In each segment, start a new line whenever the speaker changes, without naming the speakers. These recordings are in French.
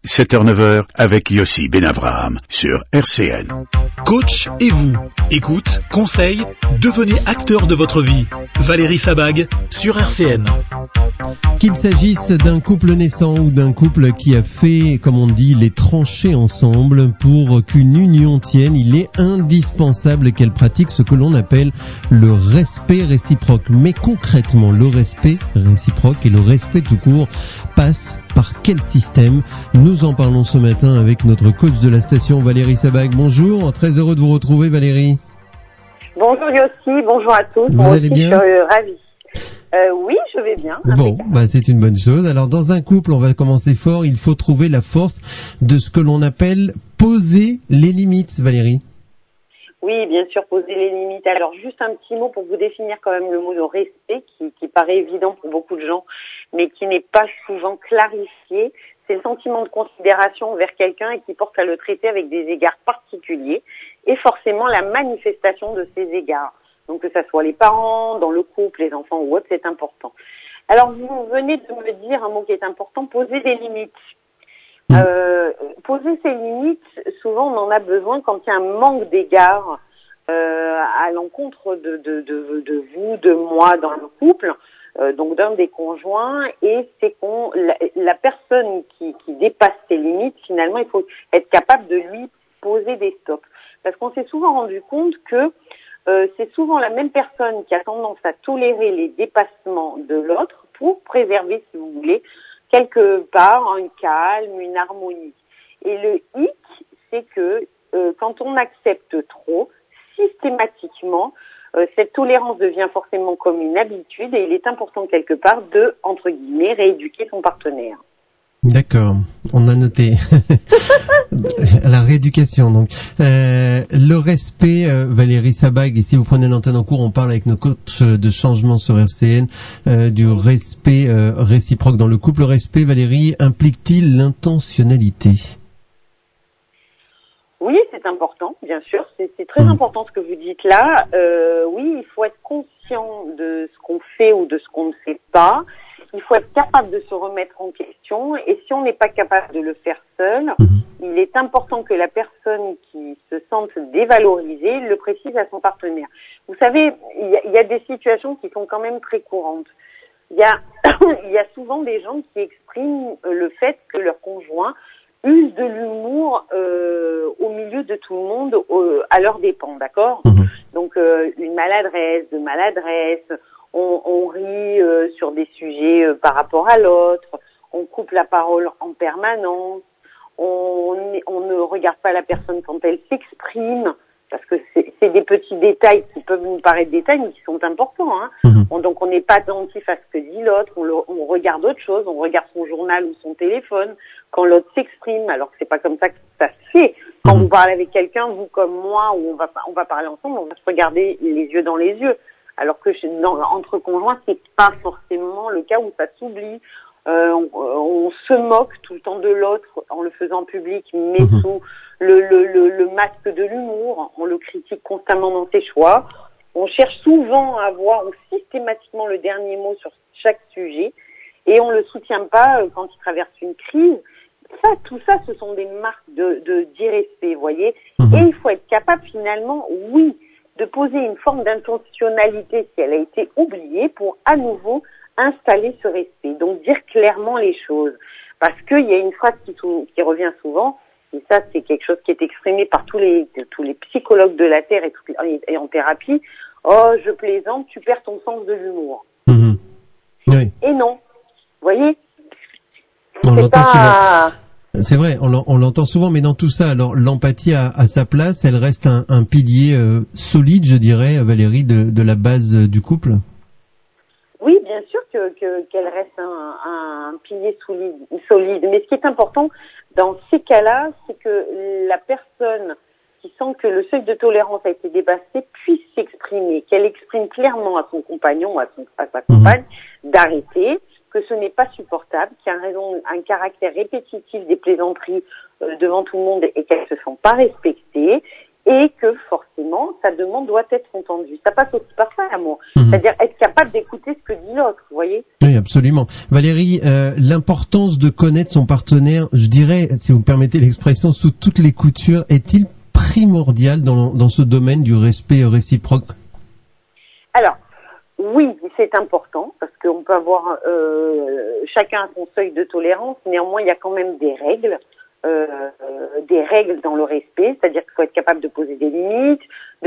7h-9h avec Yossi Benavraham sur RCN.
Coach et vous, écoute, conseil, devenez acteur de votre vie. Valérie Sabag sur RCN.
Qu'il s'agisse d'un couple naissant ou d'un couple qui a fait, comme on dit, les tranchées ensemble, pour qu'une union tienne, il est indispensable qu'elle pratique ce que l'on appelle le respect réciproque. Mais concrètement, le respect réciproque et le respect tout court passe par quel système? Nous en parlons ce matin avec notre coach de la station, Valérie Sabag. Bonjour, très heureux de vous retrouver, Valérie.
Bonjour Yossi, bonjour à tous.
Vous allez bien?
Je suis ravie. Oui, je vais bien.
Bon, c'est une bonne chose. Alors, dans un couple, on va commencer fort. Il faut trouver la force de ce que l'on appelle poser les limites, Valérie.
Oui, bien sûr, poser les limites. Alors, juste un petit mot pour vous définir quand même le mot de respect qui paraît évident pour beaucoup de gens, mais qui n'est pas souvent clarifié. C'est le sentiment de considération envers quelqu'un et qui porte à le traiter avec des égards particuliers et forcément la manifestation de ces égards. Donc que ça soit les parents, dans le couple, les enfants ou autres, c'est important. Alors vous venez de me dire un mot qui est important, poser des limites. Poser ces limites, souvent on en a besoin quand il y a un manque d'égard à l'encontre de vous, de moi dans le couple, donc d'un des conjoints, et c'est la personne qui dépasse ses limites, finalement il faut être capable de lui poser des stops. Parce qu'on s'est souvent rendu compte que c'est souvent la même personne qui a tendance à tolérer les dépassements de l'autre pour préserver, si vous voulez, quelque part un calme, une harmonie. Et le hic, c'est que quand on accepte trop, systématiquement, cette tolérance devient forcément comme une habitude et il est important quelque part de, entre guillemets, rééduquer son partenaire.
D'accord, on a noté. La rééducation, donc. Le respect, Valérie Sabag, et si vous prenez l'antenne en cours, on parle avec nos coachs de changement sur RCN du respect réciproque dans le couple. Le respect, Valérie, implique-t-il l'intentionnalité?
Oui, c'est important, bien sûr. C'est très important ce que vous dites là. Oui, il faut être conscient de ce qu'on fait ou de ce qu'on ne fait pas. Il faut être capable de se remettre en question et si on n'est pas capable de le faire seul, il est important que la personne qui se sente dévalorisée le précise à son partenaire. Vous savez, il y a des situations qui sont quand même très courantes. Il y a souvent des gens qui expriment le fait que leur conjoint use de l'humour au milieu de tout le monde à leurs dépens, d'accord? Donc une maladresse, de maladresse. On rit sur des sujets par rapport à l'autre, on coupe la parole en permanence, on ne regarde pas la personne quand elle s'exprime, parce que c'est des petits détails qui peuvent nous paraître détails, mais qui sont importants. Donc on n'est pas attentif à ce que dit l'autre, on regarde autre chose, on regarde son journal ou son téléphone quand l'autre s'exprime, alors que c'est pas comme ça que ça se fait. Quand vous parlez avec quelqu'un, vous comme moi, ou on va parler ensemble, on va se regarder les yeux dans les yeux. Alors que entre conjoints, c'est pas forcément le cas où ça s'oublie. On se moque tout le temps de l'autre en le faisant public, mais sous le masque de l'humour. On le critique constamment dans ses choix. On cherche souvent à avoir systématiquement le dernier mot sur chaque sujet et on le soutient pas quand il traverse une crise. Tout ça, ce sont des marques d'irrespect, vous voyez. Et il faut être capable finalement, oui, de poser une forme d'intentionnalité si elle a été oubliée pour à nouveau installer ce respect. Donc dire clairement les choses. Parce qu'il y a une phrase qui revient souvent, et ça c'est quelque chose qui est exprimé par tous les psychologues de la Terre et en thérapie. Oh, je plaisante, tu perds ton sens de l'humour.
Oui.
Et non. Vous voyez?
On l'entend souvent. C'est vrai, on l'entend souvent, mais dans tout ça, alors l'empathie a sa place, elle reste un pilier solide, je dirais, Valérie, de la base du couple.
Oui, bien sûr qu'elle reste un pilier solide. Mais ce qui est important dans ces cas-là, c'est que la personne qui sent que le seuil de tolérance a été dépassé puisse s'exprimer, qu'elle exprime clairement à son compagnon ou à sa compagne d'arrêter, que ce n'est pas supportable, qu'il y a un caractère répétitif des plaisanteries devant tout le monde et qu'elles ne se font pas respectées et que forcément sa demande doit être entendue. Ça passe aussi par ça, l'amour. C'est-à-dire être capable d'écouter ce que dit l'autre, vous voyez.
Oui, Oui, absolument. Valérie, l'importance de connaître son partenaire, je dirais, si vous me permettez l'expression, sous toutes les coutures, est-il primordial dans ce domaine du respect réciproque?
Alors, oui, c'est important parce qu'on peut avoir chacun a son seuil de tolérance. Néanmoins, il y a quand même des règles dans le respect, c'est-à-dire qu'il faut être capable de poser des limites,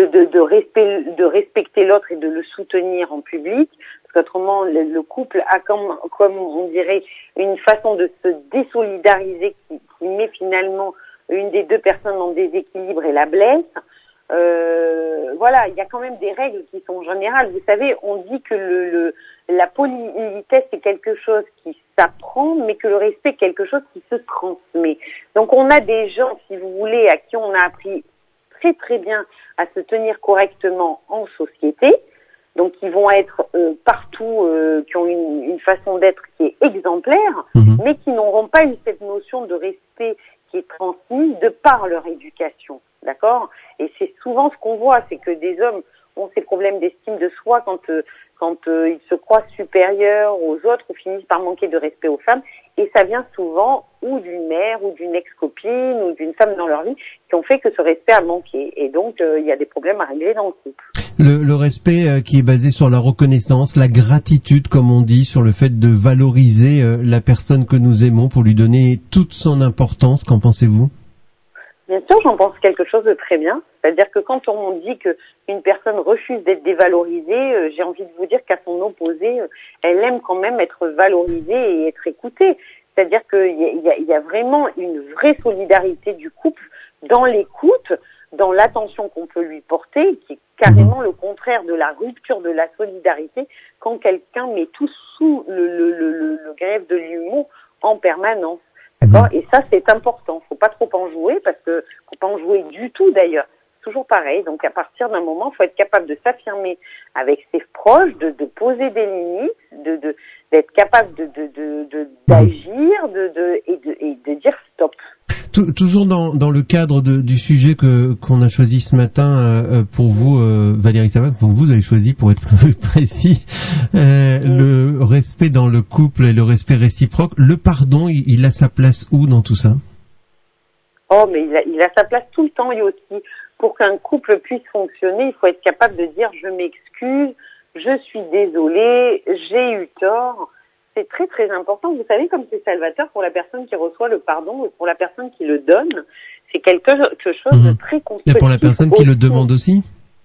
de respecter l'autre et de le soutenir en public, parce qu'autrement le couple a comme on dirait une façon de se désolidariser qui met finalement une des deux personnes en déséquilibre et la blesse. Voilà, il y a quand même des règles qui sont générales. Vous savez, on dit que la politesse c'est quelque chose qui s'apprend, mais que le respect est quelque chose qui se transmet. Donc on a des gens, si vous voulez, à qui on a appris très très bien à se tenir correctement en société, donc qui vont être partout, qui ont une façon d'être qui est exemplaire, mais qui n'auront pas eu cette notion de respect qui est transmise de par leur éducation. D'accord? Et c'est souvent ce qu'on voit, c'est que des hommes ont ces problèmes d'estime de soi quand ils se croient supérieurs aux autres ou finissent par manquer de respect aux femmes. Et ça vient souvent ou d'une mère ou d'une ex-copine ou d'une femme dans leur vie qui ont fait que ce respect a manqué. Et donc, il y a des problèmes à régler dans le couple.
Le respect qui est basé sur la reconnaissance, la gratitude, comme on dit, sur le fait de valoriser la personne que nous aimons pour lui donner toute son importance. Qu'en pensez-vous?
Bien sûr, j'en pense quelque chose de très bien. C'est-à-dire que quand on dit qu'une personne refuse d'être dévalorisée, j'ai envie de vous dire qu'à son opposé, elle aime quand même être valorisée et être écoutée. C'est-à-dire qu'il y a vraiment une vraie solidarité du couple dans l'écoute, dans l'attention qu'on peut lui porter, qui est carrément le contraire de la rupture de la solidarité quand quelqu'un met tout sous le greffe de l'humour en permanence. D'accord? Et ça, c'est important. Faut pas trop en jouer parce que faut pas en jouer du tout d'ailleurs. Toujours pareil. Donc, à partir d'un moment, faut être capable de s'affirmer avec ses proches, de poser des limites, d'être capable d'agir, et de dire stop.
Toujours dans le cadre du sujet qu'on a choisi ce matin pour vous, Valérie Sabag, donc vous avez choisi pour être plus précis, le respect dans le couple et le respect réciproque. Le pardon, il a sa place où dans tout ça?
Oh, mais il a sa place tout le temps et aussi. Pour qu'un couple puisse fonctionner, il faut être capable de dire je m'excuse, je suis désolé, j'ai eu tort. C'est très très important. Vous savez comme c'est salvateur pour la personne qui reçoit le pardon et pour la personne qui le donne. C'est quelque chose de très constructif.
Et pour la personne qui le demande aussi?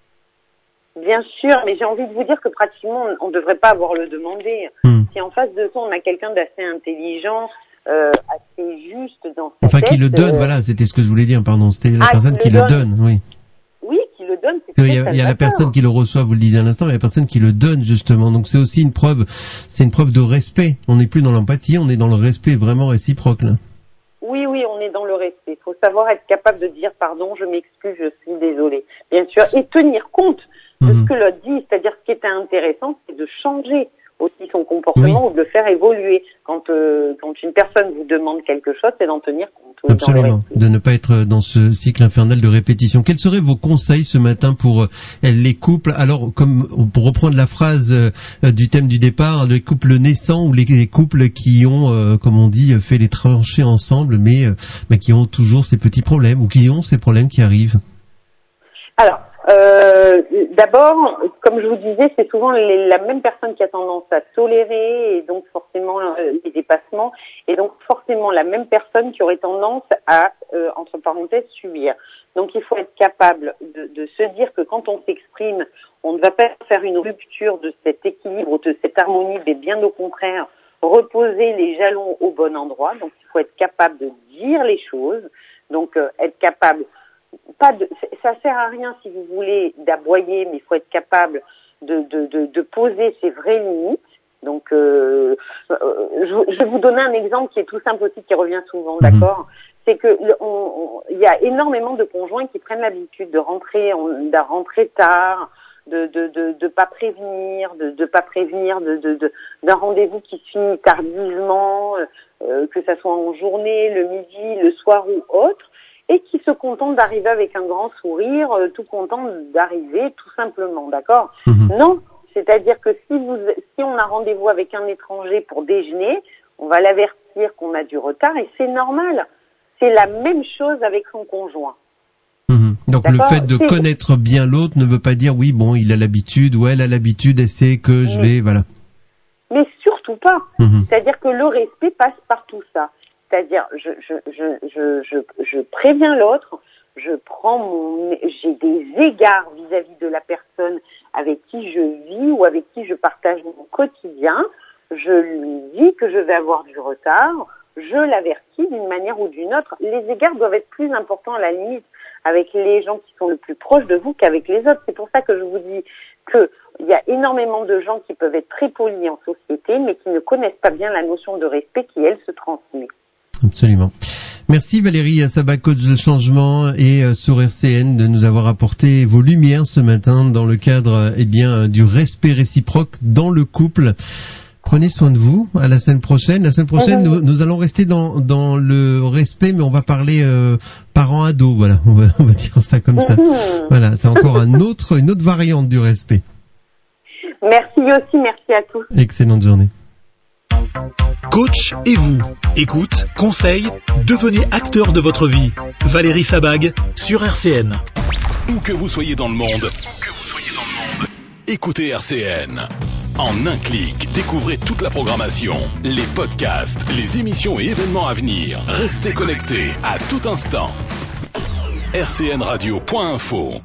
Bien sûr, mais j'ai envie de vous dire que pratiquement on ne devrait pas avoir le demander. Si en face de toi on a quelqu'un d'assez intelligent, assez juste dans sa tête,
qui le donne, voilà, c'était ce que je voulais dire, pardon. C'était la personne qui le donne, oui.
Oui, qui le donne, c'est très salvateur.
Il y a la personne qui le reçoit, vous le disiez à l'instant, mais la personne qui le donne, justement. Donc c'est aussi une preuve de respect. On n'est plus dans l'empathie, on est dans le respect vraiment réciproque, là.
Oui, on est dans le respect. Il faut savoir être capable de dire pardon, je m'excuse, je suis désolé. Bien sûr. Et tenir compte de ce que l'autre dit. C'est-à-dire, ce qui est intéressant, c'est de changer aussi son comportement ou de le faire évoluer. Quand une personne vous demande quelque chose, c'est d'en tenir compte.
Absolument, de ne pas être dans ce cycle infernal de répétition. Quels seraient vos conseils ce matin pour les couples? Alors, comme pour reprendre la phrase du thème du départ, les couples naissants ou les couples qui ont, comme on dit, fait les tranchées ensemble, mais qui ont toujours ces petits problèmes ou qui ont ces problèmes qui arrivent.
Alors, d'abord, comme je vous disais, c'est souvent la même personne qui a tendance à tolérer et donc forcément les dépassements et donc forcément la même personne qui aurait tendance à, entre parenthèses, subir. Donc il faut être capable de se dire que quand on s'exprime, on ne va pas faire une rupture de cet équilibre, de cette harmonie, mais bien au contraire, reposer les jalons au bon endroit. Donc il faut être capable de dire les choses, donc être capable ça sert à rien si vous voulez d'aboyer, mais il faut être capable de poser ses vraies limites. Donc, je vais vous donner un exemple qui est tout simple aussi, qui revient souvent, d'accord? C'est que il y a énormément de conjoints qui prennent l'habitude de rentrer tard, de pas prévenir, d'un rendez-vous qui se finit tardivement, que ça soit en journée, le midi, le soir ou autre. Et qui se contentent d'arriver avec un grand sourire, tout content d'arriver, tout simplement, d'accord? Non, C'est-à-dire que si on a rendez-vous avec un étranger pour déjeuner, on va l'avertir qu'on a du retard et c'est normal. C'est la même chose avec son conjoint.
Donc
D'accord,
le fait de connaître bien l'autre ne veut pas dire oui, bon, il a l'habitude ou elle a l'habitude et c'est que je vais, voilà.
Mais surtout pas. C'est-à-dire que le respect passe par tout ça. C'est-à-dire, je préviens l'autre, j'ai des égards vis-à-vis de la personne avec qui je vis ou avec qui je partage mon quotidien. Je lui dis que je vais avoir du retard. Je l'avertis d'une manière ou d'une autre. Les égards doivent être plus importants à la limite avec les gens qui sont le plus proches de vous qu'avec les autres. C'est pour ça que je vous dis qu'il y a énormément de gens qui peuvent être très polis en société, mais qui ne connaissent pas bien la notion de respect qui, elle, se transmet.
Absolument. Merci Valérie Sabag, coach de changement et sur RCN, de nous avoir apporté vos lumières ce matin dans le cadre du respect réciproque dans le couple. Prenez soin de vous. À la semaine prochaine. La semaine prochaine, nous allons rester dans le respect, mais on va parler parents-ados. Voilà, on va dire ça comme ça. Voilà, c'est encore une autre variante du respect.
Merci aussi, merci à tous.
Excellente journée.
Coach et vous. Écoute, conseil, devenez acteur de votre vie. Valérie Sabag sur RCN.
Où que vous soyez dans le monde, écoutez RCN. En un clic, découvrez toute la programmation, les podcasts, les émissions et événements à venir. Restez connectés à tout instant. rcnradio.info